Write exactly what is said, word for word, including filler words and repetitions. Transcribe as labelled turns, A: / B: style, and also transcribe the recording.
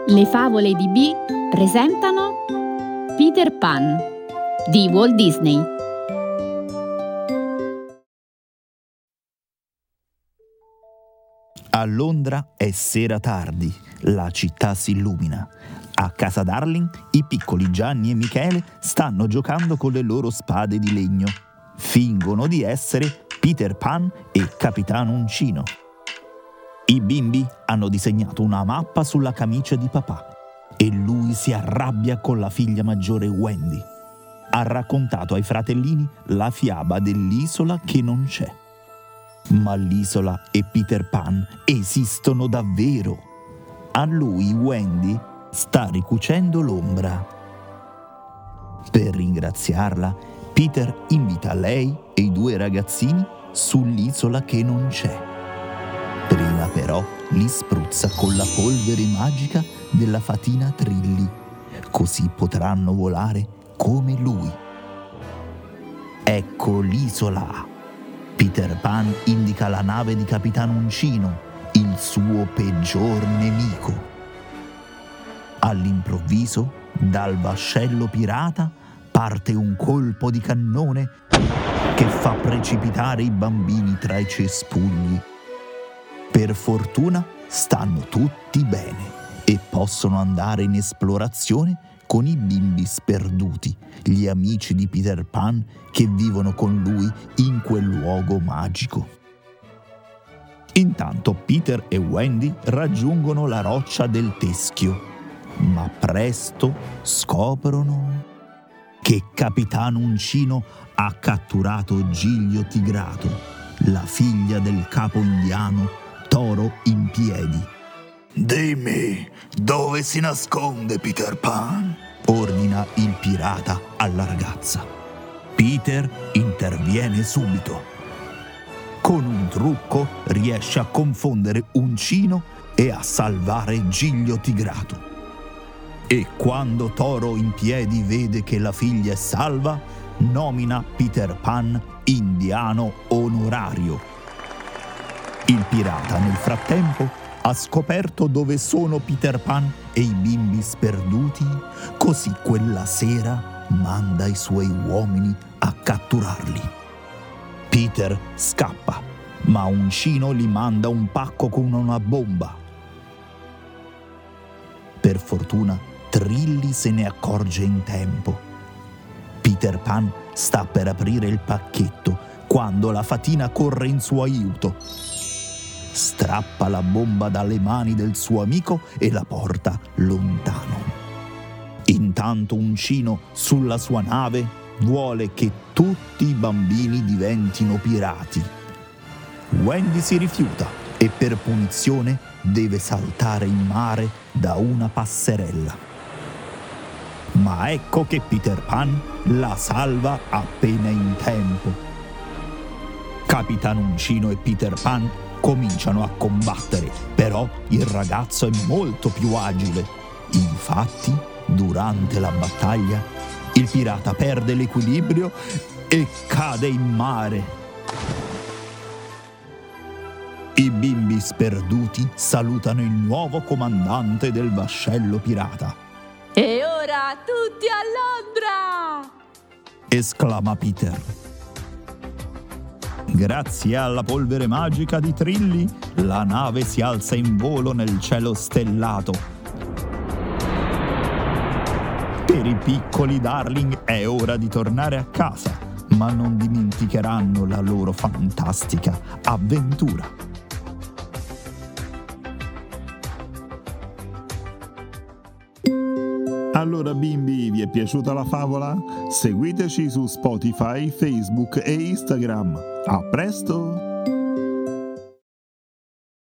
A: Le favole di B presentano Peter Pan di Walt Disney.
B: A Londra è sera tardi, la città si illumina. A casa Darling i piccoli Gianni e Michele stanno giocando con le loro spade di legno. Fingono di essere Peter Pan e Capitano Uncino. I bimbi hanno disegnato una mappa sulla camicia di papà e lui si arrabbia con la figlia maggiore Wendy. Ha raccontato ai fratellini la fiaba dell'isola che non c'è. Ma l'isola e Peter Pan esistono davvero. A lui Wendy sta ricucendo l'ombra. Per ringraziarla, Peter invita lei e i due ragazzini sull'isola che non c'è. Prima però li spruzza con la polvere magica della fatina Trilli, così potranno volare come lui. Ecco l'isola. Peter Pan indica la nave di Capitano Uncino, il suo peggior nemico. All'improvviso, dal vascello pirata, parte un colpo di cannone che fa precipitare i bambini tra i cespugli. Per fortuna stanno tutti bene e possono andare in esplorazione con i bimbi sperduti, gli amici di Peter Pan che vivono con lui in quel luogo magico. Intanto Peter e Wendy raggiungono la roccia del teschio, ma presto scoprono che Capitano Uncino ha catturato Giglio Tigrato, la figlia del capo indiano Toro in piedi.
C: Dimmi, dove si nasconde Peter Pan?
B: Ordina il pirata alla ragazza. Peter interviene subito. Con un trucco riesce a confondere Uncino e a salvare Giglio Tigrato. E quando Toro in piedi vede che la figlia è salva, nomina Peter Pan indiano onorario. Il pirata nel frattempo ha scoperto dove sono Peter Pan e i bimbi sperduti, così quella sera manda i suoi uomini a catturarli. Peter scappa, ma Uncino gli manda un pacco con una bomba. Per fortuna Trilli se ne accorge in tempo. Peter Pan sta per aprire il pacchetto quando la fatina corre in suo aiuto. Strappa la bomba dalle mani del suo amico e la porta lontano. Intanto Uncino, sulla sua nave, vuole che tutti i bambini diventino pirati. Wendy si rifiuta e per punizione deve saltare in mare da una passerella. Ma ecco che Peter Pan la salva appena in tempo. Capitano Uncino e Peter Pan cominciano a combattere, però il ragazzo è molto più agile. Infatti, durante la battaglia, il pirata perde l'equilibrio e cade in mare. I bimbi sperduti salutano il nuovo comandante del vascello pirata.
D: E ora tutti a Londra!
B: Esclama Peter. Grazie alla polvere magica di Trilli, la nave si alza in volo nel cielo stellato. Per i piccoli Darling è ora di tornare a casa, ma non dimenticheranno la loro fantastica avventura.
E: Allora bimbi, vi è piaciuta la favola? Seguiteci su Spotify, Facebook e Instagram. A presto!